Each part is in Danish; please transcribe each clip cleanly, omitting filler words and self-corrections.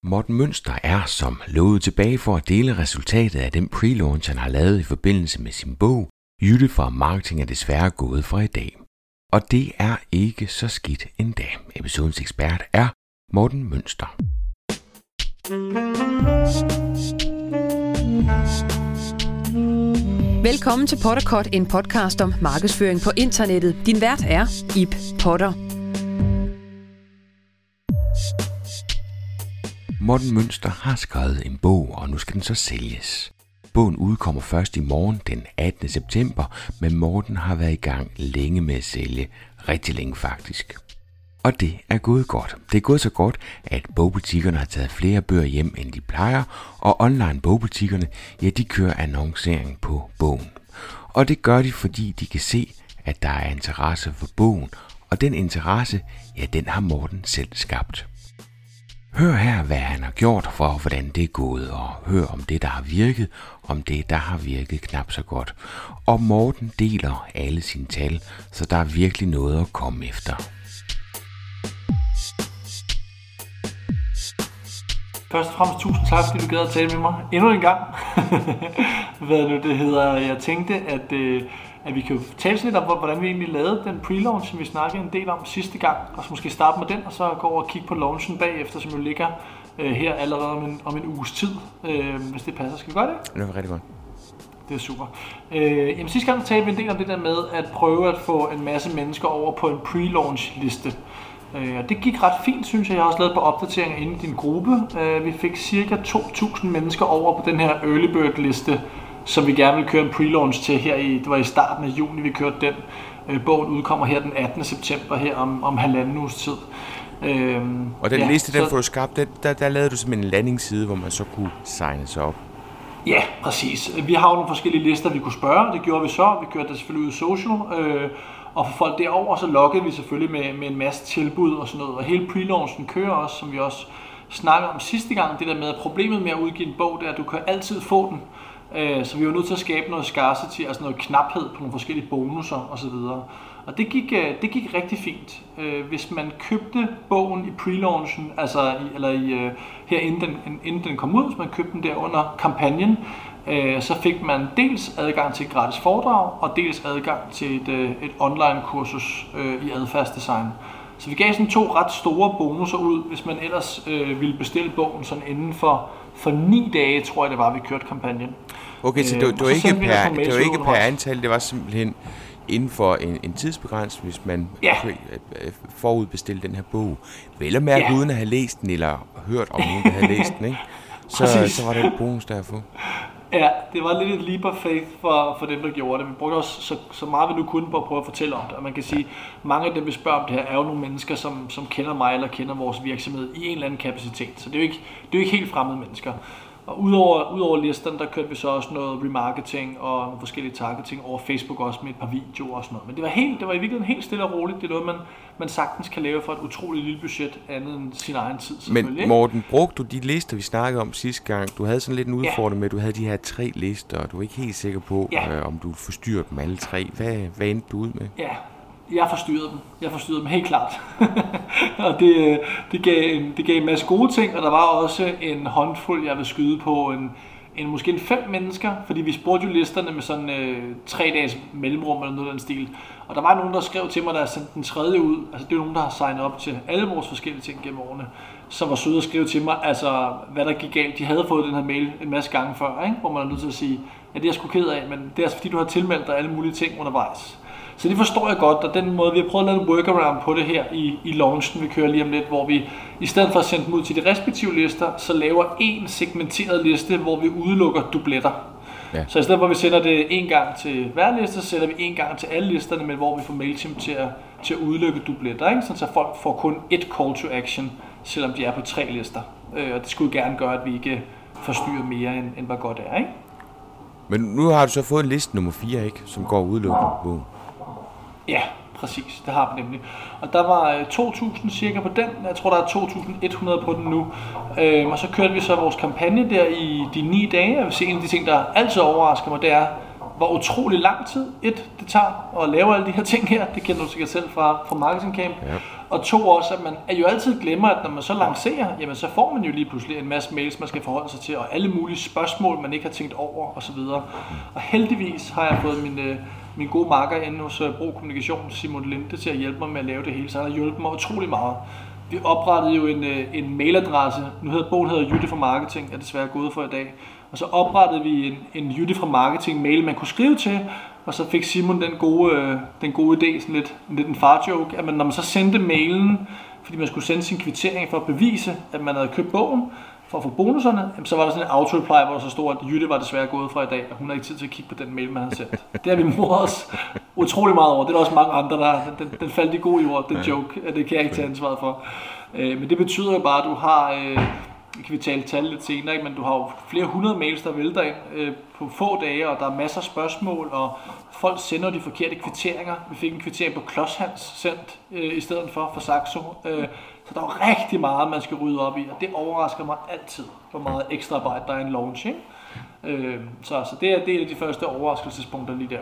Morten Münster er som lovet tilbage for at dele resultatet af den pre-launch, han har lavet i forbindelse med sin bog, Jytte fra Marketing er desværre gået fra i dag. Og det er ikke så skidt endda. Episodens ekspert er Morten Münster. Velkommen til Potterkort, en podcast om markedsføring på internettet. Din vært er Ib Potter. Morten Münster har skrevet en bog, og nu skal den så sælges. Bogen udkommer først i morgen den 18. september, men Morten har været i gang længe med at sælge. Rigtig længe faktisk. Og det er gået godt. Det er gået så godt, at bogbutikkerne har taget flere bøger hjem, end de plejer, og online bogbutikkerne, ja, de kører annoncering på bogen. Og det gør de, fordi de kan se, at der er interesse for bogen, og den interesse, ja, den har Morten selv skabt. Hør her, hvad han har gjort for, hvordan det er gået, og hør om det, der har virket, om det, der har virket knap så godt. Og Morten deler alle sine tal, så der er virkelig noget at komme efter. Først og fremmest tusind tak, fordi du gad at tale med mig endnu en gang. Hvad nu det hedder. Jeg tænkte, at vi kan tale lidt om, hvordan vi egentlig lavede den pre-launch, som vi snakkede en del om sidste gang. Og så måske starte med den, og så gå over og kigge på launchen bagefter, som jo ligger her allerede om en uges tid. Hvis det passer. Skal vi gøre det? Det er rigtig godt. Det er super. Jamen, sidste gang talte vi en del om det der med at prøve at få en masse mennesker over på en pre-launch liste. Og det gik ret fint, synes jeg. Jeg har også lavet på opdateringer inde i din gruppe. Vi fik cirka 2.000 mennesker over på den her early bird liste, som vi gerne vil køre en pre-launch til her det var i starten af juni, vi kørte den. Bogen udkommer her den 18. september her om halvanden uges tid. Og den liste, den får du skabt, der lavede du simpelthen en landingsside, hvor man så kunne signe sig op. Ja, præcis. Vi har jo nogle forskellige lister, vi kunne spørge. Det gjorde vi så. Vi kørte det selvfølgelig ud i social. Og for folk derover så loggede vi selvfølgelig med en masse tilbud og sådan noget. Og hele pre-launchen kører også, som vi også snakkede om sidste gang. Det der med, at problemet med at udgive en bog, det er, at du kan altid få den. Så vi var nødt til at skabe noget scarcity, altså noget knaphed på nogle forskellige bonusser osv. Og det gik rigtig fint. Hvis man købte bogen i pre-launchen, her inden den kom ud, hvis man købte den der under kampagnen, så fik man dels adgang til et gratis foredrag, og dels adgang til et online kursus i adfærdsdesign. Så vi gav sådan 2 ret store bonusser ud, hvis man ellers ville bestille bogen sådan inden for 9 dage, tror jeg det var, vi kørte kampagnen. Okay, så det var ikke per antal, det var simpelthen inden for en tidsbegrænsning, hvis man forudbestilte den her bog. Vel at mærke uden at have læst den, eller hørt om nogen, der havde læst den, ikke? Så var det en bonus, der jeg få. Ja, det var lidt et leap of faith for dem, der gjorde det. Vi brugte også så meget, vi nu kunne på at prøve at fortælle om det. Og man kan sige, mange af dem, vi spørger om det her, er jo nogle mennesker, som kender mig eller kender vores virksomhed i en eller anden kapacitet. Så det er jo ikke helt fremmede mennesker. Og udover listerne, der kørte vi så også noget remarketing og nogle forskellige targeting over Facebook også med et par videoer og sådan noget. Men det var i virkeligheden helt stille og roligt. Det er noget, man sagtens kan lave for et utroligt lille budget, andet end sin egen tid. Men Morten, brugte du de lister, vi snakkede om sidste gang? Du havde sådan lidt en udfordring med, at du havde de her 3 lister, og du var ikke helt sikker på, om du forstyrrede dem alle 3. Hvad endte du ud med? Ja. Jeg forstyrrede dem helt klart. Og det gav en masse gode ting, og der var også en håndfuld, jeg vil skyde på, måske 5 mennesker, fordi vi spurgte jo listerne med sådan 3 dages mellemrum eller noget af den stil. Og der var nogen, der skrev til mig, der sendte den 3. ud, altså det er nogen, der har signet op til alle vores forskellige ting gennem årene, som var søde at skrive til mig, altså hvad der gik galt. De havde fået den her mail en masse gange før, ikke? Hvor man er nødt til at sige, at det er jeg sgu ked af, men det er altså fordi, du har tilmeldt dig alle mulige ting undervejs. Så det forstår jeg godt, og den måde, vi har prøvet at lave en workaround på det her i launchen, vi kører lige om lidt, hvor vi i stedet for at sende dem ud til de respektive lister, så laver en segmenteret liste, hvor vi udelukker dubletter. Ja. Så i stedet for at vi sender det en gang til hver liste, så sender vi en gang til alle listerne, men hvor vi får MailChimp til at udelukke dubletter, ikke? Så folk får kun et call to action, selvom de er på 3 lister. Og det skulle gerne gøre, at vi ikke forstyrrer mere, end hvad godt er, ikke? Men nu har du så fået liste nummer 4, ikke? Som går udelukkende på bogen. Ja, præcis. Det har vi nemlig. Og der var 2.000 cirka på den. Jeg tror, der er 2.100 på den nu. Og så kørte vi så vores kampagne der i de 9 dage. Jeg vil se, en af de ting, der altid overrasker mig, det er, hvor utrolig lang tid det tager at lave alle de her ting her. Det kender du sikkert selv fra Marketing Camp. Ja. Og 2 også, at man jo altid glemmer, at når man så lancerer, jamen så får man jo lige pludselig en masse mails, man skal forholde sig til, og alle mulige spørgsmål, man ikke har tænkt over osv. Og heldigvis har jeg fået min gode makker inde hos Bro Kommunikation, Simon Linde, til at hjælpe mig med at lave det hele, så han har hjulpet mig utrolig meget. Vi oprettede jo en mailadresse, bogen hedder Jytte fra Marketing, er desværre gået for i dag, og så oprettede vi en Jytte fra Marketing mail, man kunne skrive til, og så fik Simon den gode idé, sådan lidt en farjoke, at når man så sendte mailen, fordi man skulle sende sin kvittering for at bevise, at man havde købt bogen, for at få bonuserne, så var der sådan en auto-reply, hvor der så stod, at Jytte var desværre gået fra i dag, og hun har ikke tid til at kigge på den mail, man havde sendt. Det har vi moret os utrolig meget over. Det er der også mange andre, der den faldt i god jord, den joke, det kan jeg ikke tage ansvaret for. Men det betyder jo bare, at du har, kan vi tale lidt senere, men du har jo flere 100 mails, der vælter ind på få dage, og der er masser af spørgsmål, og folk sender de forkerte kvitteringer. Vi fik en kvittering på Klodshans sendt i stedet for Saxo. Så der er rigtig meget, man skal rydde op i, og det overrasker mig altid, hvor meget ekstra arbejde der er i en launch. Så det er en af de første overraskelsespunkter lige der.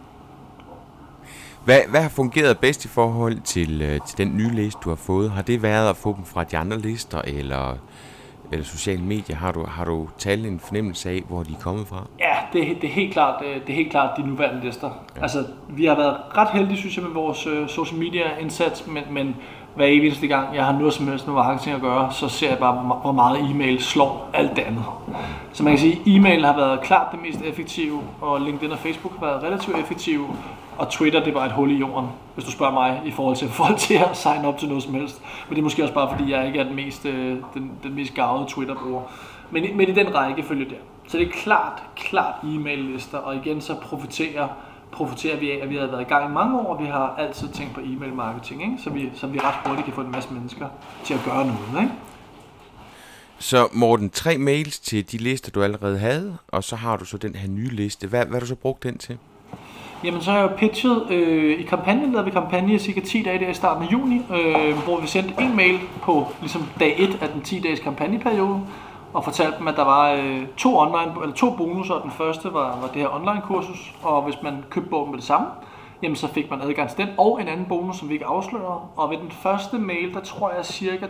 Hvad har fungeret bedst i forhold til den nye liste, du har fået? Har det været at få dem fra de andre lister, eller sociale medier? Har du talt en fornemmelse af, hvor de er kommet fra? Ja, det er helt klart de nuværende lister. Ja. Altså, vi har været ret heldige, synes jeg, med vores social media indsats, men hver eneste gang, jeg har noget som helst med marketing at gøre, så ser jeg bare, hvor meget e-mail slår alt det andet. Så man kan sige, at e-mail har været klart det mest effektive, og LinkedIn og Facebook har været relativt effektive, og Twitter, det er bare et hul i jorden, hvis du spørger mig, i forhold til at få folk til at signe op til noget som helst. Men det er måske også bare, fordi jeg ikke er den mest gavede Twitter-bruger. Men i den rækkefølge der. Så det er klart e-mail-lister, og igen så profiterer vi af, at vi har været i gang i mange år, og vi har altid tænkt på e-mail-marketing, ikke? Så vi ret hurtigt kan få en masse mennesker til at gøre noget. Ikke? Så Morten, 3 mails til de lister, du allerede havde, og så har du så den her nye liste. Hvad har du så brugt den til? Jamen, så har jeg jo pitchet i kampagnen, lavede vi kampagne i cirka 10 dage der i starten af juni, hvor vi sendte en mail på ligesom dag 1 af den 10-dages kampagneperiode, og fortalte dem, at der var 2 bonusser, og den første var det her online-kursus, og hvis man købte bogen med det samme, jamen så fik man adgang til den, og en anden bonus, som vi ikke afslører. Og ved den første mail, der tror jeg cirka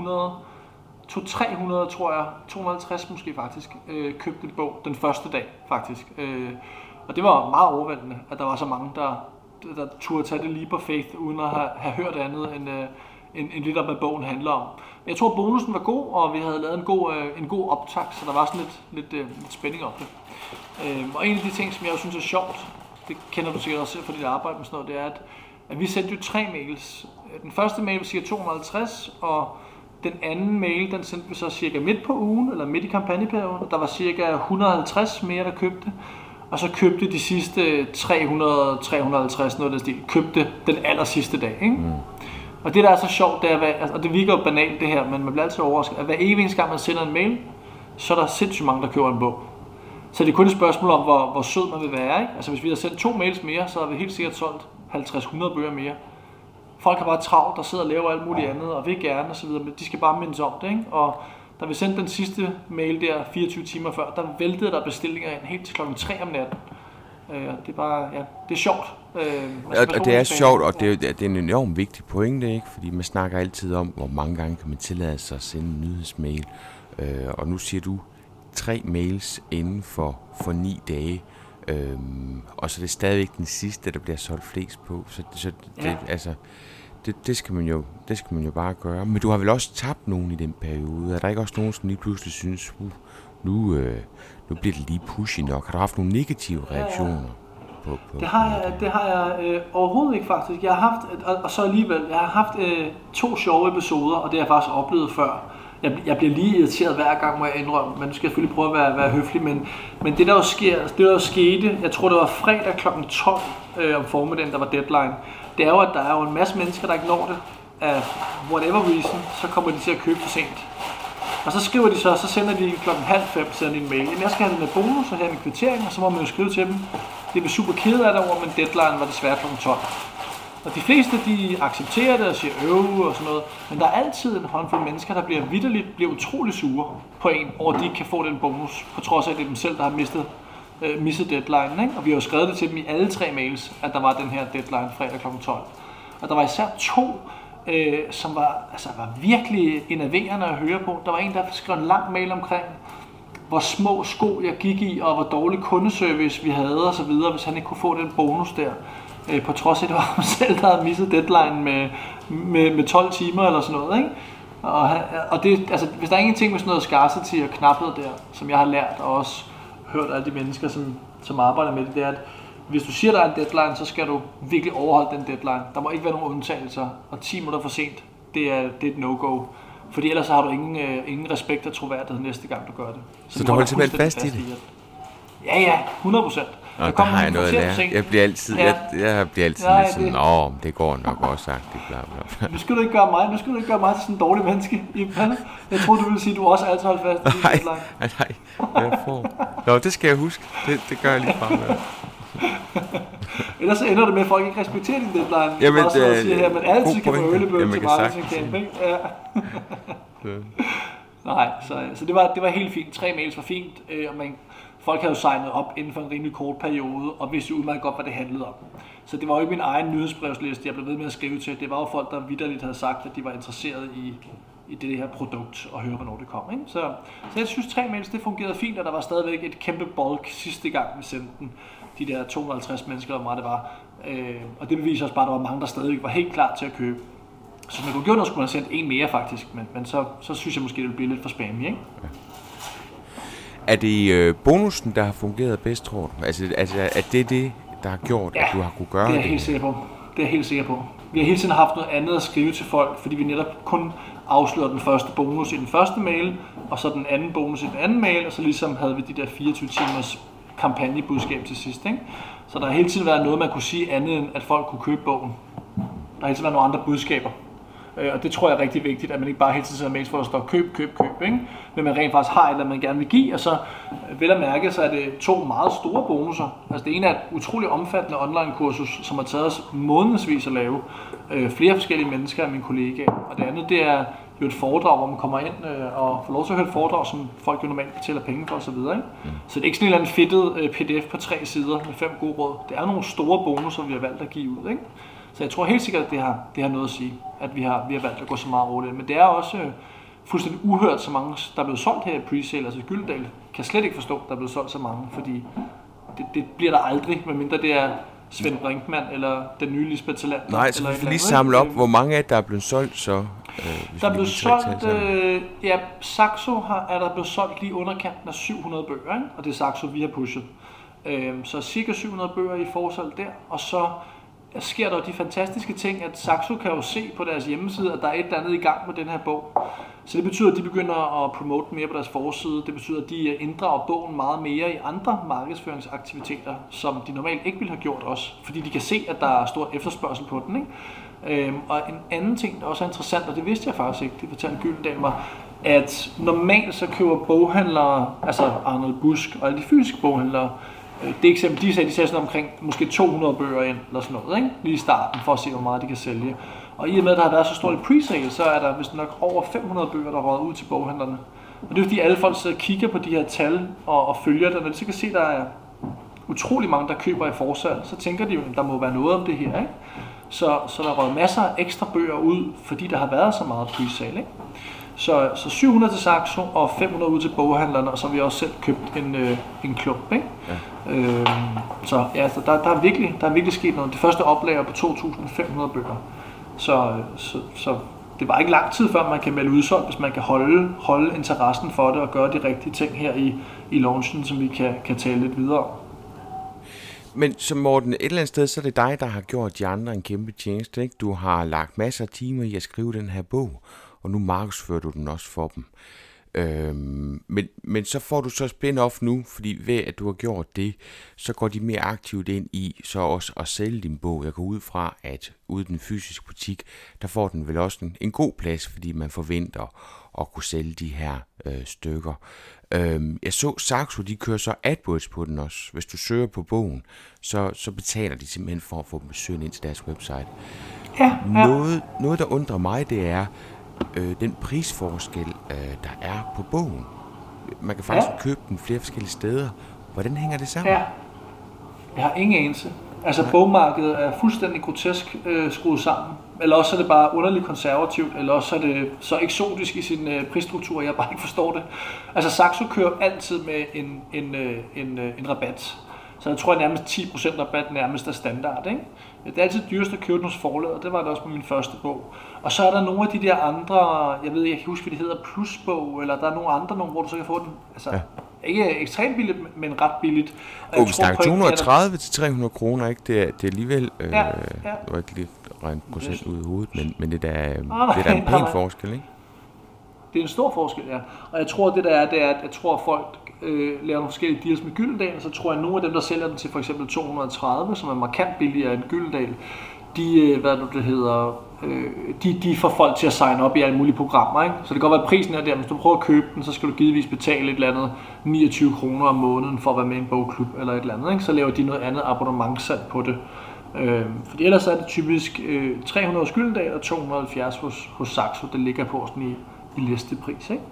300, tror jeg, 250 måske faktisk, købte en bog den første dag faktisk. Og det var meget overvældende, at der var så mange, der turde tage det lige på faith, uden at have hørt andet end lidt om, hvad bogen handler om. Jeg tror, bonusen var god, og vi havde lavet en god optakt, så der var sådan lidt spænding om det. Og en af de ting, som jeg også synes er sjovt, det kender du sikkert også selv fra dit arbejde med sådan noget, det er, at vi sendte jo 3 mails. Den første mail var cirka 250, og den anden mail, den sendte vi så cirka midt på ugen, eller midt i kampagneperioden. Der var cirka 150 mere, der købte. Og så købte de sidste 300-350, noget af den stil, købte den aller sidste dag. Ikke? Mm. Og det, der er så sjovt, det er, og det virker jo banalt det her, men man bliver altid overrasket, at hver eneste gang man sender en mail, så er der sindssygt mange, der køber en bog. Så det er kun et spørgsmål om, hvor sød man vil være. Ikke? Altså hvis vi har sendt 2 mails mere, så har vi helt sikkert solgt 50-100 bøger mere. Folk har bare travlt, der sidder og laver alt muligt andet, og vil gerne osv., men de skal bare mindes om det. Ikke? Og da vi sendte den sidste mail der 24 timer før, der væltede der bestillinger ind helt til klokken 3 om natten. Det er bare, ja, det er sjovt. Og det er sjovt, og det er en enormt vigtig pointe, ikke? Fordi man snakker altid om, hvor mange gange kan man tillade sig at sende en nyhedsmail. Og nu siger du 3 mails inden for 9 dage. Og så er det stadigvæk den sidste, der bliver solgt flest på. Så det, ja. Altså, det skal man jo bare gøre. Men du har vel også tabt nogen i den periode? Er der ikke også nogen, som lige pludselig synes, nu bliver det lige pushy nok? Har du haft nogle negative reaktioner? Det har jeg overhovedet ikke faktisk. Jeg har haft, og så alligevel, jeg har haft 2 sjove episoder, og det har jeg faktisk oplevet før. Jeg bliver lige irriteret hver gang, må jeg indrømme, men nu skal jeg selvfølgelig prøve at være høflig, men det der jo skete, jeg tror det var fredag kl. 12 om formiddagen, der var deadline, det er jo, at der er jo en masse mennesker, der ikke når det, af whatever reason, så kommer de til at købe for sent. Og så skriver de så sender de kl. 4:30, sender de en mail. Jamen, jeg skal have den med bonus, og have en kvittering, og så må man jo skrive til dem. Det er vi super kede af det over, men deadline var desværre kl. 12. Og de fleste, de accepterer det og siger og sådan noget, men der er altid en håndfuld mennesker, der bliver utrolig sure på en, over at de ikke kan få den bonus, på trods af, at det er dem selv, der har misset deadline. Ikke? Og vi har jo skrevet det til dem i alle 3 mails, at der var den her deadline fredag kl. 12. Og der var især 2 som var virkelig enerverende at høre på. Der var en, der skrev en lang mail omkring, hvor små sko jeg gik i, og hvor dårlig kundeservice vi havde og så videre, hvis han ikke kunne få den bonus der. På trods af, at det var ham selv, der havde misset deadline med 12 timer eller sådan noget, ikke? Og det, altså, hvis der er ingenting med sådan noget scarcity og knaphed der, som jeg har lært og også hørt af alle de mennesker, som arbejder med det er, at hvis du siger, der er en deadline, så skal du virkelig overholde den deadline. Der må ikke være nogen undtagelser, og 10 minutter for sent, det er et no-go. Fordi ellers har du ingen respekt og troværdighed næste gang, du gør det. Så du holder simpelthen fast i det? Ja, 100%. Der har jeg noget at lære. Jeg bliver altid, lidt sådan, det går nok også sagt, det bla bla bla. Nu skal du ikke gøre mig til sådan en dårlig menneske. Jeg troede, du ville sige, at du også altid holder fast i din deadline. Nå, det skal jeg huske. Det gør jeg lige fremover. Ellers ender det med, at folk ikke respekterer din deadline. Jamen, også siger her, man altid kan få ølebøl til markedsingkamp, ikke? Ja. Nej, så det var helt fint. 3 mails var fint, og folk havde jo signet op inden for en rimelig kort periode, og vidste jo udmærket godt, hvad det handlede om. Så det var jo ikke min egen nyhedsbrevsliste, jeg blev ved med at skrive til. Det var jo folk, der vitterligt havde sagt, at de var interesserede i det her produkt, og høre, hvornår det kom. Ikke? Så jeg synes, 3 mails, det fungerede fint, og der var stadigvæk et kæmpe bulk sidste gang, vi sendte den. De der 250 mennesker, hvor meget det var. Og det beviser også bare, at der var mange, der stadigvæk var helt klar til at købe. Så når du gjorde noget, skulle man have sendt en mere faktisk, men så synes jeg måske, det ville blive lidt for spammy, ikke? Ja. Er det bonusen, der har fungeret bedst, tror du? Altså er det, der har gjort, at du har kunne gøre det? Det er jeg helt sikker på. Vi har hele tiden haft noget andet at skrive til folk, fordi vi netop kun afslører den første bonus i den første mail, og så den anden bonus i den anden mail, og så ligesom havde vi de der 24 timers kampagnebudskab til sidst, ikke? Så der har hele tiden været noget, man kunne sige andet end, at folk kunne købe bogen. Der har hele tiden været nogle andre budskaber. Og det tror jeg er rigtig vigtigt, at man ikke bare hele tiden sender mails, hvor der står køb, ikke? Men man rent faktisk har et eller andet, man gerne vil give, og så vel at mærke, så er det 2 meget store bonusser. Altså det ene er et utroligt omfattende online-kursus, som har taget os månedsvis at lave. Flere forskellige mennesker af mine kollegaer. Og det andet, det er jo et foredrag, hvor man kommer ind og får lov til at høre et foredrag, som folk jo normalt betaler penge for osv. Så det er ikke sådan en eller anden fedtet pdf på 3 sider med 5 gode råd. Det er nogle store bonusser, vi har valgt at give ud, ikke? Så jeg tror helt sikkert, at det har noget at sige, at vi har valgt at gå så meget over det. Men det er også fuldstændig uhørt, så mange, der er blevet solgt her i presale. Altså Gyldendal kan slet ikke forstå, at der er blevet solgt så mange, fordi det bliver der aldrig, medmindre det er Svend Brinkmann eller den nye Lisbeth Talander. Nej, så vi skal lige samle op, hvor mange af der er blevet solgt så? Der er blevet solgt, Saxo er der blevet solgt lige underkanten af 700 bøger, ikke? Og det er Saxo, vi har pushet. Så cirka 700 bøger i forsalg der, og så sker der jo de fantastiske ting, at Saxo kan jo se på deres hjemmeside, at der er et eller andet i gang med den her bog. Så det betyder, at de begynder at promote mere på deres forside. Det betyder, at de inddrager bogen meget mere i andre markedsføringsaktiviteter, som de normalt ikke ville have gjort også, fordi de kan se, at der er stor efterspørgsel på den, ikke? Og en anden ting, der også er interessant, og det vidste jeg faktisk ikke, det fortalte Gyldendal mig, at normalt så køber boghandlere, altså Arnold Busk og alle de fysiske boghandlere, det eksempel, de sagde sådan omkring måske 200 bøger ind, eller sådan noget, ikke? Lige i starten, for at se, hvor meget de kan sælge. Og i og med, at der har været så stort et presale, så er der vist nok over 500 bøger, der røget ud til boghandlerne. Og det er fordi alle folk sidder og kigger på de her tal og følger det, og når de så kan se, at der er utrolig mange, der køber i forsalg, så tænker de jo, at der må være noget om det her, ikke? Så der er røget masser af ekstra bøger ud, fordi der har været så meget presale, ikke? Så 700 til Saxo og 500 ud til boghandlerne, og så har vi også selv købt en klump, ikke? Ja. Så ja, der er virkelig sket noget. Det første oplag er på 2.500 bøger. Så det var ikke lang tid før man kan melde udsolgt, hvis man kan holde interessen for det og gøre de rigtige ting her i launchen, som vi kan tale lidt videre om. Men så Morten, et eller andet sted, så er det dig, der har gjort de andre en kæmpe tjeneste, ikke? Du har lagt masser af timer i at skrive den her bog, og nu markedsfører du den også for dem. Men så får du så spin-off nu, fordi ved at du har gjort det, så går de mere aktivt ind i så også at sælge din bog. Jeg går ud fra, at ude i den fysiske butik, der får den vel også en god plads, fordi man forventer at kunne sælge de her stykker. Jeg så Saxo, de kører så AdWords på den også. Hvis du søger på bogen, så betaler de simpelthen for at få besøgende ind til deres website. Ja. Noget, der undrer mig, det er den prisforskel, der er på bogen. Man kan faktisk købe den flere forskellige steder. Hvordan hænger det sammen? Ja. Jeg har ingen anelse. Altså bogmarkedet er fuldstændig grotesk skruet sammen. Eller også er det bare underligt konservativt, eller også er det så eksotisk i sin prisstruktur, jeg bare ikke forstår det. Altså Saxo kører altid med en rabat. Så jeg tror, at nærmest 10% rabat nærmest er standard, ikke? Det er altid dyrest at købe den hos forlaget, det var det også på min første bog. Og så er der nogle af de der andre, jeg ved ikke, jeg kan huske, hvad de hedder, plusbog, eller der er nogle andre, hvor du så kan få den, altså ikke ekstremt billigt, men ret billigt. Og vi snakker 230 til 300 kroner, ikke? Det er alligevel, det var ikke lige rent procent ud i hovedet, men det er en pæn forskel, ikke? Det er en stor forskel, ja. Og jeg tror, det er, at jeg tror, at folk laver nogle forskellige deals med Gyldendal, og så tror jeg, at nogle af dem, der sælger den til for eksempel 230, som er markant billigere end Gyldendal, de får folk til at signe op i alle mulige programmer, ikke? Så det kan godt være, at prisen er der, hvis du prøver at købe den, så skal du givetvis betale et eller andet 29 kroner om måneden for at være med i en bogklub eller et eller andet, ikke? Så laver de noget andet abonnementssalg på det. Fordi ellers er det typisk 300 hos Gyldendal og 270 hos Saxo, det ligger på sådan i listepris, ikke?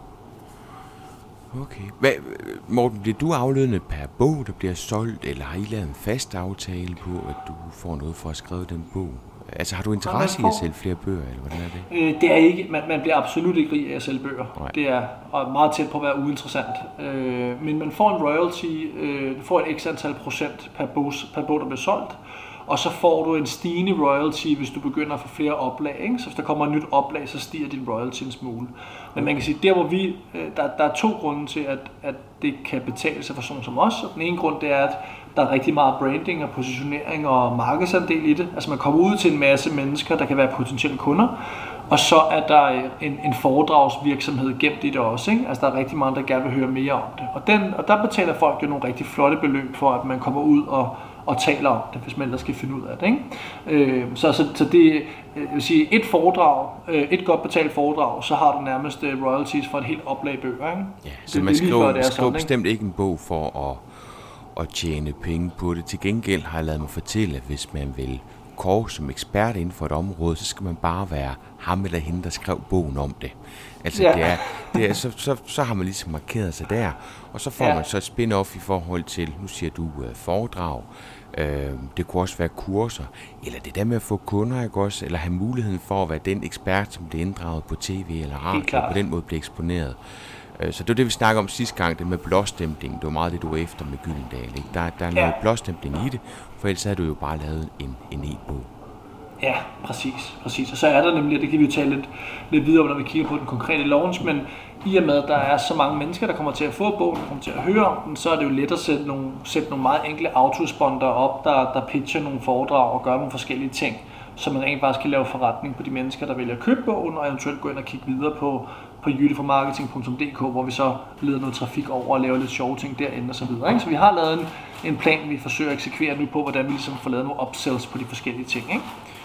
Okay. Morten, bliver du aflønnet per bog, der bliver solgt, eller har I lavet en fast aftale på, at du får noget for at skrive den bog? Altså har du interesse i at sælge flere bøger, eller hvordan er det? Det er ikke. Man bliver absolut ikke rig af at sælge bøger. Nej. Det er meget tæt på at være uinteressant. Men man får en royalty, du får et x antal procent per bog, der bliver solgt. Og så får du en stigende royalty, hvis du begynder at få flere oplag, ikke? Så hvis der kommer et nyt oplag, så stiger din royalty en smule. Men man kan sige, der hvor der er to grunde til, at det kan betale sig for sådan som os. Og den ene grund, det er, at der er rigtig meget branding og positionering og markedsandel i det. Altså man kommer ud til en masse mennesker, der kan være potentielle kunder. Og så er der en foredragsvirksomhed gemt i det også, ikke? Altså der er rigtig mange, der gerne vil høre mere om det. Og der betaler folk jo nogle rigtig flotte beløb for, at man kommer ud og taler om det, hvis man ellers skal finde ud af det, ikke? Så det vil sige, et godt betalt foredrag, så har du nærmest royalties for et helt oplag bøger, ikke? Ja, så man skriver bestemt ikke en bog for at tjene penge på det. Til gengæld har jeg ladet mig fortælle, at hvis man vil kåre som ekspert inden for et område, så skal man bare være ham eller hende, der skrev bogen om det. Altså det er så har man ligesom markeret sig der, og så får man så et spin-off i forhold til, nu siger du foredrag, det kunne også være kurser, eller det der med at få kunder, ikke også, eller have muligheden for at være den ekspert, som bliver inddraget på tv eller radio, og på den måde bliver eksponeret. Så det var det, vi snakkede om sidste gang, det med blåstempling. Det var meget det, du var efter med Gyldendal, ikke? Der er noget blåstempling i det, for ellers havde du jo bare lavet en e-bog. Ja, præcis. Og så er der nemlig, det kan vi jo tale lidt videre om, når vi kigger på den konkrete launch, men i og med, at der er så mange mennesker, der kommer til at få bogen, der kommer til at høre om den, så er det jo let at sætte nogle meget enkle autosponder op, der pitcher nogle foredrag og gør nogle forskellige ting, så man rent faktisk kan lave forretning på de mennesker, der vælger at købe bogen, og eventuelt gå ind og kigge videre på jytteformarketing.dk, hvor vi så leder noget trafik over og laver lidt sjove ting derinde og så videre, ikke? Så vi har lavet en plan, vi forsøger at eksekvere nu på, hvordan vi ligesom får lavet nogle upsells på de forskellige ting, ikke?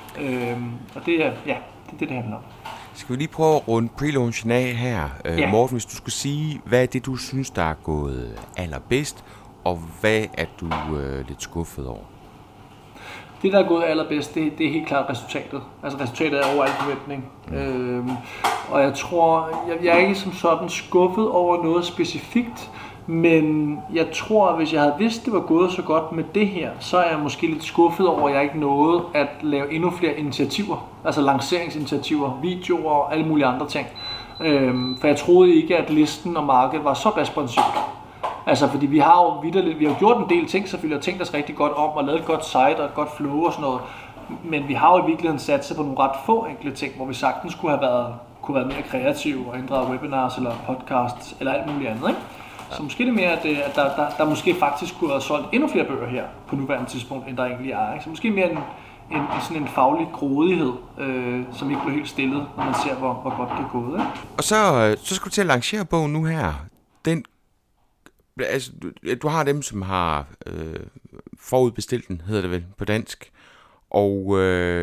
Og det er det handler om. Skal vi lige prøve at runde pre-launchen af her? Morten, hvis du skulle sige, hvad er det, du synes, der er gået allerbedst, og hvad er du lidt skuffet over? Det, der er gået allerbedst, det er helt klart resultatet. Altså resultatet er over al forventning. Og jeg tror, jeg er ikke som sådan skuffet over noget specifikt, men jeg tror, at hvis jeg havde vidst, det var gået så godt med det her, så er jeg måske lidt skuffet over, at jeg ikke nåede at lave endnu flere initiativer. Altså lanceringsinitiativer, videoer og alle mulige andre ting. For jeg troede ikke, at listen og markedet var så responsivt. Altså, fordi vi har jo gjort en del ting, selvfølgelig, og tænkt os rigtig godt om, og lavet et godt site og et godt flow og sådan noget. Men vi har jo i virkeligheden sat sig på nogle ret få enkle ting, hvor vi sagtens kunne være mere kreative og inddrage webinars eller podcasts eller alt muligt andet, ikke? Så måske det mere, at der måske faktisk kunne have solgt endnu flere bøger her på nuværende tidspunkt, end der egentlig er, ikke? Så måske mere sådan en faglig grådighed, som ikke blev helt stillet, når man ser, hvor godt det er gået, ikke? Og så skal du til at lancere bogen nu her. Altså, du har dem, som har forudbestilt den, hedder det vel på dansk. Og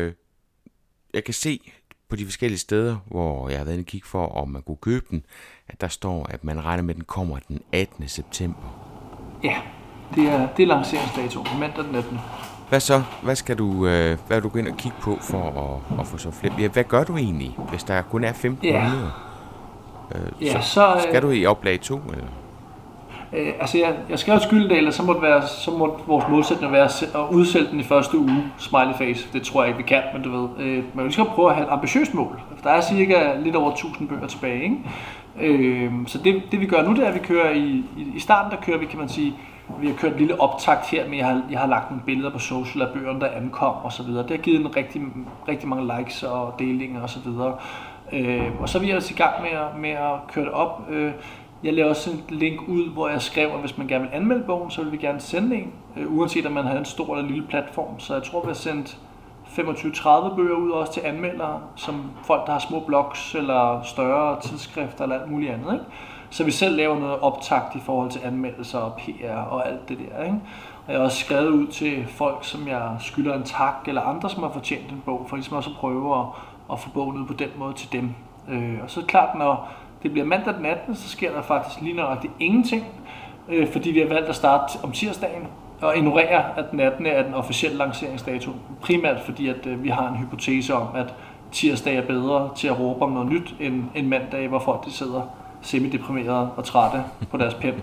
jeg kan se på de forskellige steder, hvor jeg har været inde og kigge for, om man kunne købe den, at der står, at man regner med, at den kommer den 18. september. Ja, det er lanceringsdato, mandag den 18. Hvad så? Hvad vil du gå ind og kigge på for at få så flere? Ja, hvad gør du egentlig, hvis der kun er 15 minutter? Så skal du i oplag 2, eller? Jeg skrev et Gyldendal, og så må vores målsætning være at udsælge den i første uge, smiley face. Det tror jeg ikke, vi kan, men du ved. Man skal prøve at have et ambitiøst mål. Der er cirka lidt over 1000 bøger tilbage, ikke? Så det vi gør nu, det er, at vi kører i starten, der kører vi, kan man sige, vi har kørt et lille optakt her, men jeg har lagt nogle billeder på social af bøgerne, der ankom og så videre. Det har givet en rigtig mange likes og delinger og så videre. Og så er vi altså i gang med at køre det op. Jeg laver også en link ud, hvor jeg skriver, at hvis man gerne vil anmelde bogen, så vil vi gerne sende en, uanset om man har en stor eller lille platform. Så jeg tror, vi har sendt 25-30 bøger ud også til anmeldere, som folk, der har små blogs eller større tidsskrifter eller alt muligt andet, ikke? Så vi selv laver noget optakt i forhold til anmeldelser og PR og alt det der, ikke? Og jeg har også skrevet ud til folk, som jeg skylder en tak, eller andre, som har fortjent en bog, for ligesom også at prøve at få bogen ud på den måde til dem. Og så er det klart, når det bliver mandag den 18., så sker der faktisk lige nøjagtigt ingenting, fordi vi har valgt at starte om tirsdagen og ignorere, at den 18. er den officielle lanceringsdato. Primært fordi, at vi har en hypotese om, at tirsdag er bedre til at råbe om noget nyt end mandag, hvor folk de sidder semi-deprimerede og trætte på deres pen.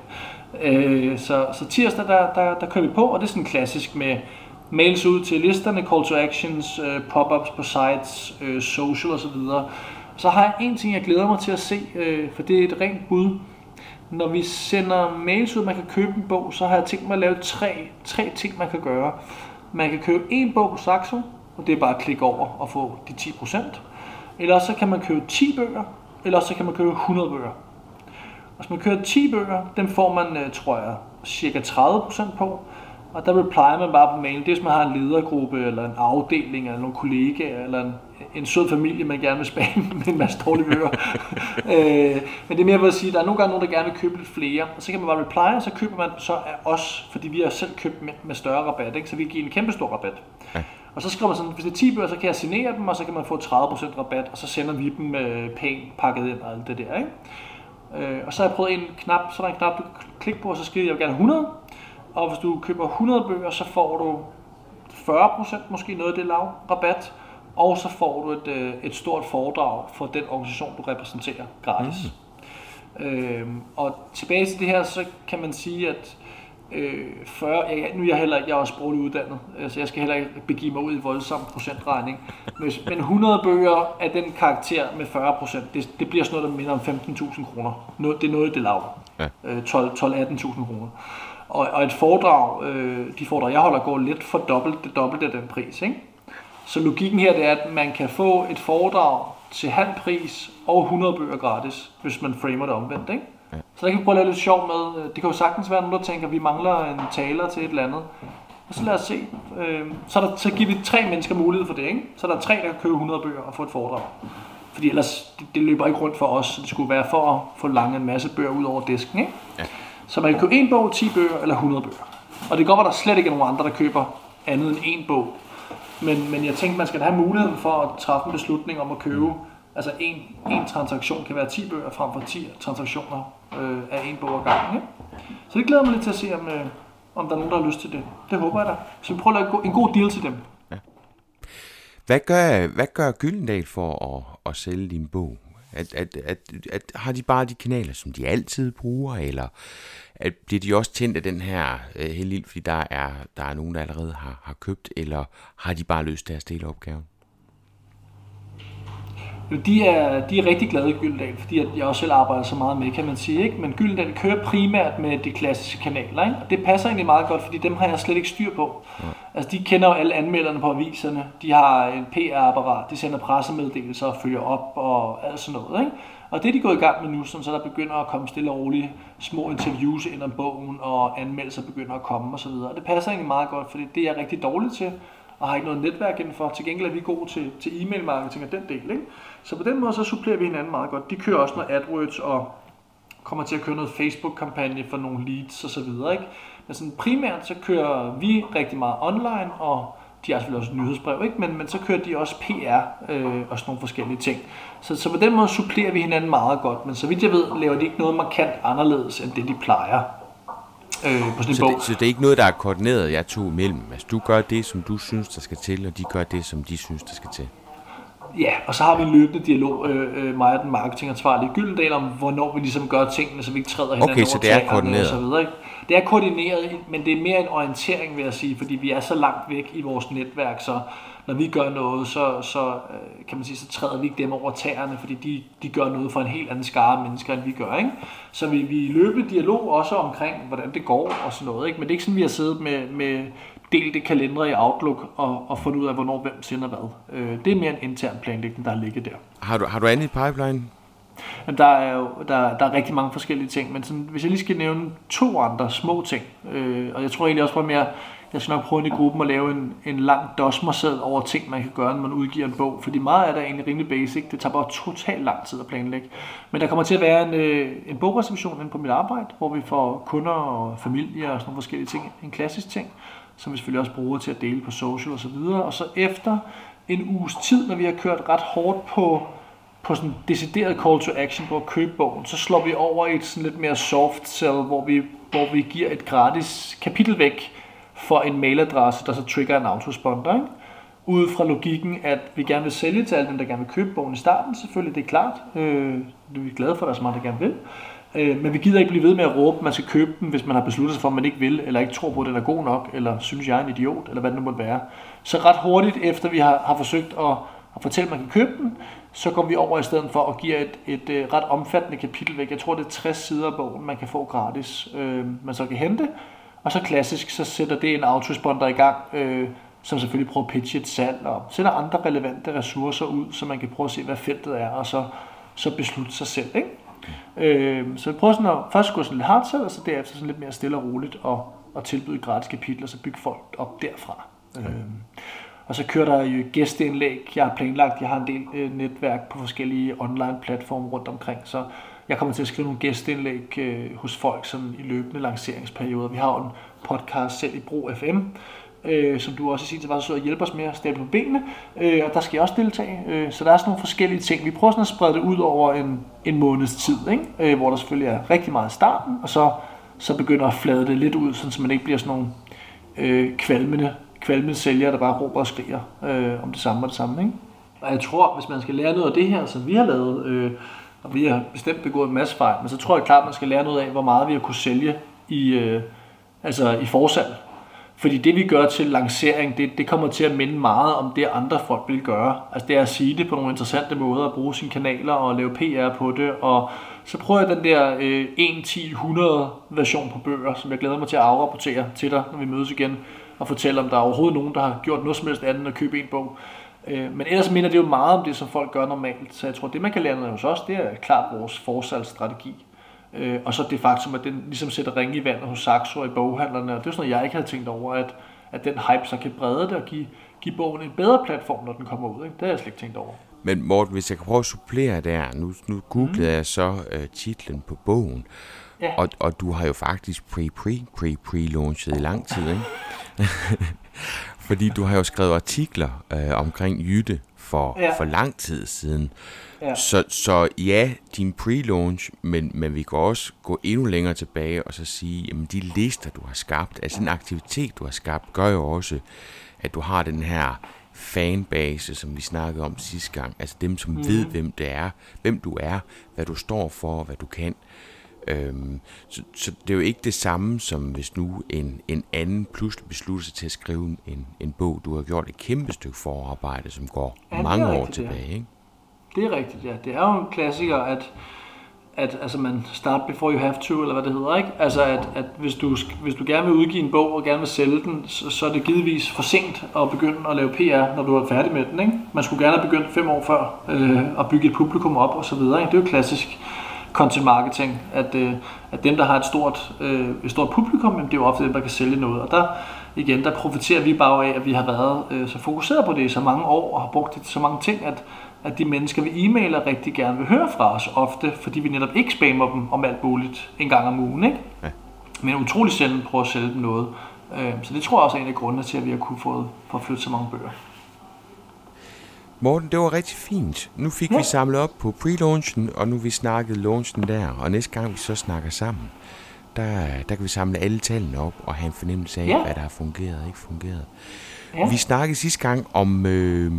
Så tirsdag, der kører vi på, og det er sådan klassisk med mails ud til listerne, call to actions, pop-ups på sites, social osv. Så har jeg en ting, jeg glæder mig til at se, for det er et rent bud. Når vi sender mails ud, man kan købe en bog, så har jeg tænkt mig at lave tre ting, man kan gøre. Man kan købe en bog på Saxo, og det er bare at klikke over og få de 10%. Eller så kan man købe 10 bøger, eller så kan man købe 100 bøger. Hvis man køber 10 bøger, dem får man, tror jeg, cirka 30% på. Og der replyer man bare på mailen. Det er, hvis man har en ledergruppe, eller en afdeling, eller nogle kollegaer, eller en sød familie, man gerne vil spamme med en masse dårlige bøger. Men det er mere for at sige, at der er nogle gange nogen, der gerne vil købe lidt flere. Og så kan man bare replye, og så køber man så af os, fordi vi har selv købt med større rabat, ikke? Så vi giver en kæmpe stor rabat. Ja. Og så skriver man sådan, hvis det er 10 bøger, så kan jeg signere dem, og så kan man få 30% rabat, og så sender vi dem pænt pakket ind og alt det der, ikke? Og så har jeg prøvet en knap, så er der en knap, du kan klikke på, og så skriver jeg vil gerne 100. Og hvis du køber 100 bøger, så får du 40%, måske noget af det lav rabat, og så får du et stort foredrag for den organisation, du repræsenterer gratis. Og tilbage til det her, så kan man sige, at nu er jeg også sproglig uddannet, så jeg skal heller ikke begive mig ud i voldsom procentregning. Men 100 bøger af den karakter med 40%, det bliver sådan noget, der minder om 15.000 kroner. Det er noget af det lav. 12-18.000 kroner. Og et foredrag, de foredrag jeg holder, går lidt for dobbelt af den pris, ikke? Så logikken her, det er, at man kan få et foredrag til halv pris og 100 bøger gratis, hvis man framer det omvendt, ikke? Ja. Så der kan vi prøve at lave lidt sjov med. Det kan jo sagtens være nogen, der tænker, at vi mangler en taler til et eller andet. Og så lad os se. Så giver vi 3 mennesker mulighed for det, ikke? Så der er 3, der kan købe 100 bøger og få et foredrag. Fordi ellers, det løber ikke rundt for os, så det skulle være for at få langt en masse bøger ud over disken, ikke? Ja. Så man kan købe 1 bog, 10 bøger eller 100 bøger. Og det går, at der slet ikke er nogen andre, der køber andet end 1 bog. Men jeg tænkte, man skal have muligheden for at træffe en beslutning om at købe. Altså en transaktion kan være 10 bøger frem for 10 transaktioner af 1 bog ad gangen. Ikke? Så det glæder mig lidt til at se, om der er nogen, der har lyst til det. Det håber jeg da. Så vi prøver at lave en god deal til dem. Ja. Hvad gør Gyldendal for at sælge din bog? Har de bare de kanaler, som de altid bruger, eller bliver de også tændt af den her helt lille, fordi der er nogen, der allerede har købt, eller har de bare lyst til at stille opgaven? Jo, de er rigtig glade i Gyldendal, fordi jeg også selv arbejder så meget med, kan man sige, ikke? Men Gyldendal kører primært med de klassiske kanaler, ikke? Og det passer egentlig meget godt, fordi dem har jeg slet ikke styr på. Ja. Altså, de kender jo alle anmelderne på aviserne, de har en PR-apparat, de sender pressemeddelelser og følger op og alt sådan noget, ikke? Og det er de gået i gang med nu, så der begynder at komme stille og roligt små interviews ind om bogen, og anmeldelser begynder at komme osv. Og det passer egentlig meget godt, fordi det er jeg rigtig dårlig til, og har ikke noget netværk indenfor. Til gengæld er vi gode til e-mail-marketing og den del, ikke? Så på den måde så supplerer vi hinanden meget godt. De kører også noget AdWords og kommer til at køre noget Facebook-kampagne for nogle leads og så videre, ikke? Men sådan primært så kører vi rigtig meget online, og de har selvfølgelig også nyhedsbrev, ikke? Men så kører de også PR og sådan nogle forskellige ting. Så på den måde supplerer vi hinanden meget godt, men så vidt jeg ved, laver de ikke noget markant anderledes end det de plejer. På sådan en bog. Så det er ikke noget, der er koordineret jer to imellem? Altså du gør det, som du synes, der skal til, og de gør det, som de synes, der skal til? Ja, og så har vi en løbende dialog, mig og den marketingansvarlige Gyldendal, om hvornår vi ligesom gør tingene, så vi ikke træder hinanden over så det er koordineret. Og så videre, ikke? Det er koordineret, men det er mere en orientering, vil jeg sige, fordi vi er så langt væk i vores netværk, så når vi gør noget, så kan man sige, så træder vi ikke dem over tæerne, fordi de gør noget for en helt anden skare af mennesker, end vi gør, ikke? Så vi løbende dialog også omkring, hvordan det går og sådan noget, ikke? Men det er ikke sådan, vi har siddet med delte kalendere i Outlook og fundet ud af, hvornår hvem sender hvad. Det er mere en intern planlægning, der ligger der. Har du andet i pipeline? Jamen, der er rigtig mange forskellige ting, men sådan, hvis jeg lige skal nævne 2 andre små ting, og jeg tror egentlig også mere, jeg skal nok prøve i gruppen at lave en lang dosmerseddel over ting, man kan gøre, når man udgiver en bog, fordi meget af det er egentlig rimelig basic, det tager bare totalt lang tid at planlægge. Men der kommer til at være en bogreception inde på mit arbejde, hvor vi får kunder og familie og sådan nogle forskellige ting, en klassisk ting, som vi selvfølgelig også bruger til at dele på social og så videre. Og så efter en uges tid, når vi har kørt ret hårdt på sådan en decideret call to action på at købe bogen, så slår vi over i et sådan lidt mere soft sell, hvor vi giver et gratis kapitel væk for en mailadresse, der så trigger en autoresponder, ikke? Ud fra logikken, at vi gerne vil sælge til alle dem, der gerne vil købe bogen i starten, selvfølgelig, det er klart. Vi er glade for, at der er så mange, der gerne vil. Men vi gider ikke blive ved med at råbe, at man skal købe den, hvis man har besluttet sig for, at man ikke vil, eller ikke tror på, at den er god nok, eller synes jeg er en idiot, eller hvad det nu måtte være. Så ret hurtigt, efter vi har forsøgt at fortælle, at man kan købe den, så går vi over i stedet for at give et ret omfattende kapitel væk. Jeg tror, det er 60 sider af bogen, man kan få gratis, man så kan hente. Og så klassisk, så sætter det en autoresponder i gang, som selvfølgelig prøver at pitche et salg, og sætter andre relevante ressourcer ud, så man kan prøve at se, hvad feltet er, og så beslutte sig selv, ikke? Så vi prøver sådan at først gå sådan lidt hard sell, og så derefter sådan lidt mere stille og roligt, og tilbyde et gratis kapitel, og så bygge folk op derfra. Og så kører der jo gæsteindlæg, jeg har planlagt, jeg har en del netværk på forskellige online platforme rundt omkring, så jeg kommer til at skrive nogle gæsteindlæg hos folk sådan i løbende lanceringsperioder. Vi har jo en podcast selv i Bro FM, som du også i sin tid var så sød at hjælpe os med at stable på benene, og der skal jeg også deltage. Så der er sådan nogle forskellige ting. Vi prøver sådan at sprede det ud over en måneds tid, ikke? Hvor der selvfølgelig er rigtig meget i starten, og så begynder at flade det lidt ud, så man ikke bliver sådan nogle kvalmende sælgere, der bare råber og skriger om det samme og det samme, ikke? Og jeg tror, hvis man skal lære noget af det her, som vi har lavet, og vi har bestemt begået en masse fejl, men så tror jeg klart, at man skal lære noget af, hvor meget vi har kunne sælge i forsalg. Fordi det vi gør til lancering, det kommer til at minde meget om det, andre folk vil gøre. Altså det er at sige det på nogle interessante måder, at bruge sine kanaler og lave PR på det. Og så prøver jeg den der 1-10-100 version på bøger, som jeg glæder mig til at afrapportere til dig, når vi mødes igen, og fortælle, om der er overhovedet nogen, der har gjort noget som helst andet end at købe en bog. Men ellers minder det jo meget om det, som folk gør normalt. Så jeg tror, det man kan lære noget hos os, det er klart vores forsalgsstrategi. Og så det faktum, at den ligesom sætter ringe i vandet hos Saxo og i boghandlerne. Og det er sådan noget, jeg ikke havde tænkt over, at den hype så kan brede det og give bogen en bedre platform, når den kommer ud. Ikke? Det har jeg slet ikke tænkt over. Men Morten, hvis jeg kan prøve at supplere der, nu googlede jeg så titlen på bogen, ja. Og du har jo faktisk pre-launchet i lang tid, ikke? Fordi du har jo skrevet artikler omkring Jytte for lang tid siden. Ja. Så ja, din pre-launch, men vi kan også gå endnu længere tilbage og så sige, jamen de lister, du har skabt, altså den aktivitet, du har skabt, gør jo også, at du har den her fanbase, som vi snakkede om sidste gang. Altså dem, som ved, hvem du er, hvad du står for, hvad du kan. Så det er jo ikke det samme, som hvis nu en anden pludselig beslutter sig til at skrive en bog. Du har gjort et kæmpe stykke forarbejde, som går mange år tilbage, ikke? Det er rigtigt, ja. Det er jo en klassiker, at altså man start before you have to, eller hvad det hedder, ikke? Altså at hvis du gerne vil udgive en bog og gerne vil sælge den, så er det givetvis for sent at begynde at lave PR, når du er færdig med den, ikke? Man skulle gerne have begyndt 5 år før at bygge et publikum op og så videre, ikke? Det er jo klassisk content marketing, at dem, der har et stort publikum, det er jo ofte dem, der kan sælge noget. Og der profiterer vi bare af, at vi har været så fokuseret på det i så mange år, og har brugt det til så mange ting, at de mennesker, vi e-mailer, rigtig gerne vil høre fra os ofte, fordi vi netop ikke spammer dem om alt muligt en gang om ugen, ikke? Ja. Men utrolig sjældent prøver at sælge dem noget. Så det tror jeg også er en af grundene til, at vi har kunne få flyttet så mange bøger. Morten, det var rigtig fint. Nu fik vi samlet op på pre-launchen, og nu vi snakket launchen der, og næste gang vi så snakker sammen, der kan vi samle alle tallene op og have en fornemmelse af, hvad der har fungeret og ikke fungeret. Ja. Vi snakkede sidste gang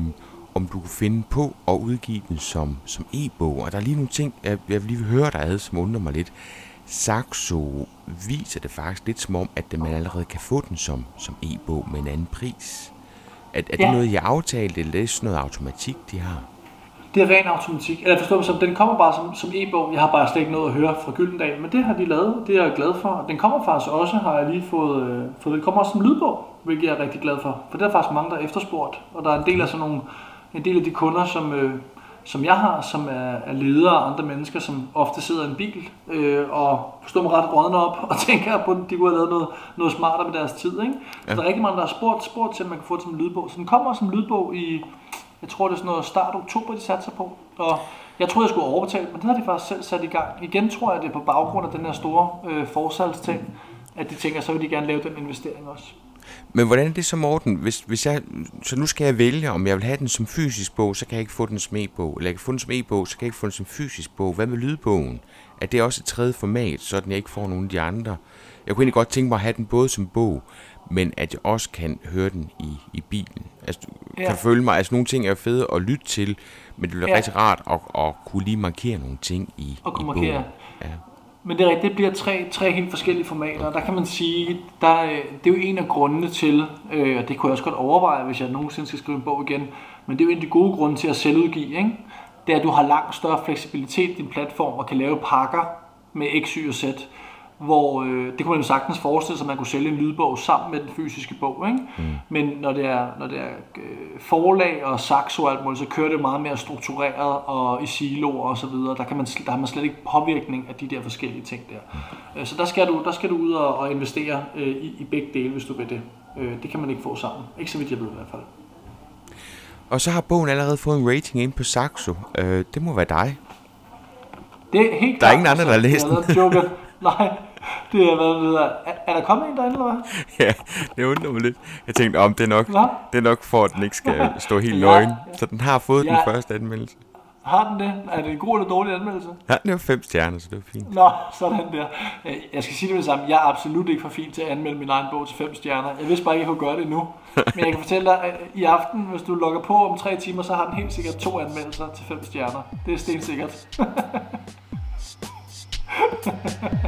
om du kunne finde på at udgive den som e-bog. Og der er lige nogle ting, jeg lige vil høre dig som undrer mig lidt. Saxo viser det faktisk lidt som om, at man allerede kan få den som e-bog med en anden pris. Er det noget, I har aftalt, eller er det sådan noget automatik, de har? Det er ren automatik. Eller forstår mig som, den kommer bare som e-bog. Jeg har bare slet ikke noget at høre fra Gyldendal, men det har de lavet. Det er jeg glad for. Den kommer faktisk også, har jeg lige fået den kommer også som lydbog, hvilket jeg er rigtig glad for. For der er faktisk mange, der er efterspurgt. Og der er en del af de kunder, som jeg har, som er ledere og andre mennesker, som ofte sidder i en bil og forstår mig ret rådne op og tænker på, at de kunne have lavet noget smartere med deres tid. Ikke? Så der er rigtig mange, der har spurgt til, at man kan få det som lydbog. Så den kommer som lydbog i, jeg tror det er sådan noget start oktober, de satser på. Og jeg troede, jeg skulle overbetale, men det har de faktisk selv sat i gang. Igen tror jeg, det er på baggrund af den her store forsalgsting, at de tænker, så vil de gerne lave den investering også. Men hvordan er det så, Morten? Hvis jeg, så nu skal jeg vælge, om jeg vil have den som fysisk bog, så kan jeg ikke få den som e-bog. Eller jeg kan få den som e-bog, så kan jeg ikke få den som fysisk bog. Hvad med lydbogen? Er det også et tredje format, så jeg ikke får nogen af de andre? Jeg kunne egentlig godt tænke mig at have den både som bog, men at jeg også kan høre den i bilen. Altså, du kan føle mig, altså nogle ting er fede at lytte til, men det bliver rigtig rart at kunne lige markere nogle ting i bogen. Ja. Men det er rigtigt, det bliver tre helt forskellige formater, og der kan man sige, det er jo en af grundene til, og det kunne jeg også godt overveje, hvis jeg nogensinde skal skrive en bog igen, men det er jo en af de gode grunde til at selvudgive, ikke? Det er, at du har langt større fleksibilitet i din platform og kan lave pakker med X, Y og Z, hvor det kunne man jo sagtens forestille sig, at man kunne sælge en lydbog sammen med den fysiske bog, ikke? Men når det er forlag og Saxo og alt muligt, så kører det meget mere struktureret og i siloer og så videre. Der har man slet ikke påvirkning af de der forskellige ting der. Så der skal du ud og investere i begge dele, hvis du vil det. Det kan man ikke få sammen. Ikke så vidt jeg ved i hvert fald. Og så har bogen allerede fået en rating ind på Saxo. Det må være dig. Det er helt klart. Der er ingen andre, der har læst den. Nej, det har været. Er der kommet en derinde, eller hvad? Ja, det undrer mig lidt. Jeg tænkte, det er nok for, at den ikke skal stå helt nøgen. Så den har fået den første anmeldelse. Har den det? Er det en god eller dårlig anmeldelse? Ja, den er 5 stjerner, så det var fint. Nå, sådan der. Jeg skal sige det med det samme. Jeg er absolut ikke for fin til at anmelde min egen bog til 5 stjerner. Jeg vidste bare ikke, at jeg kunne gøre det endnu. Men jeg kan fortælle dig, at i aften, hvis du logger på om 3 timer, så har den helt sikkert 2 anmeldelser til 5 stjerner. Det er stensikkert.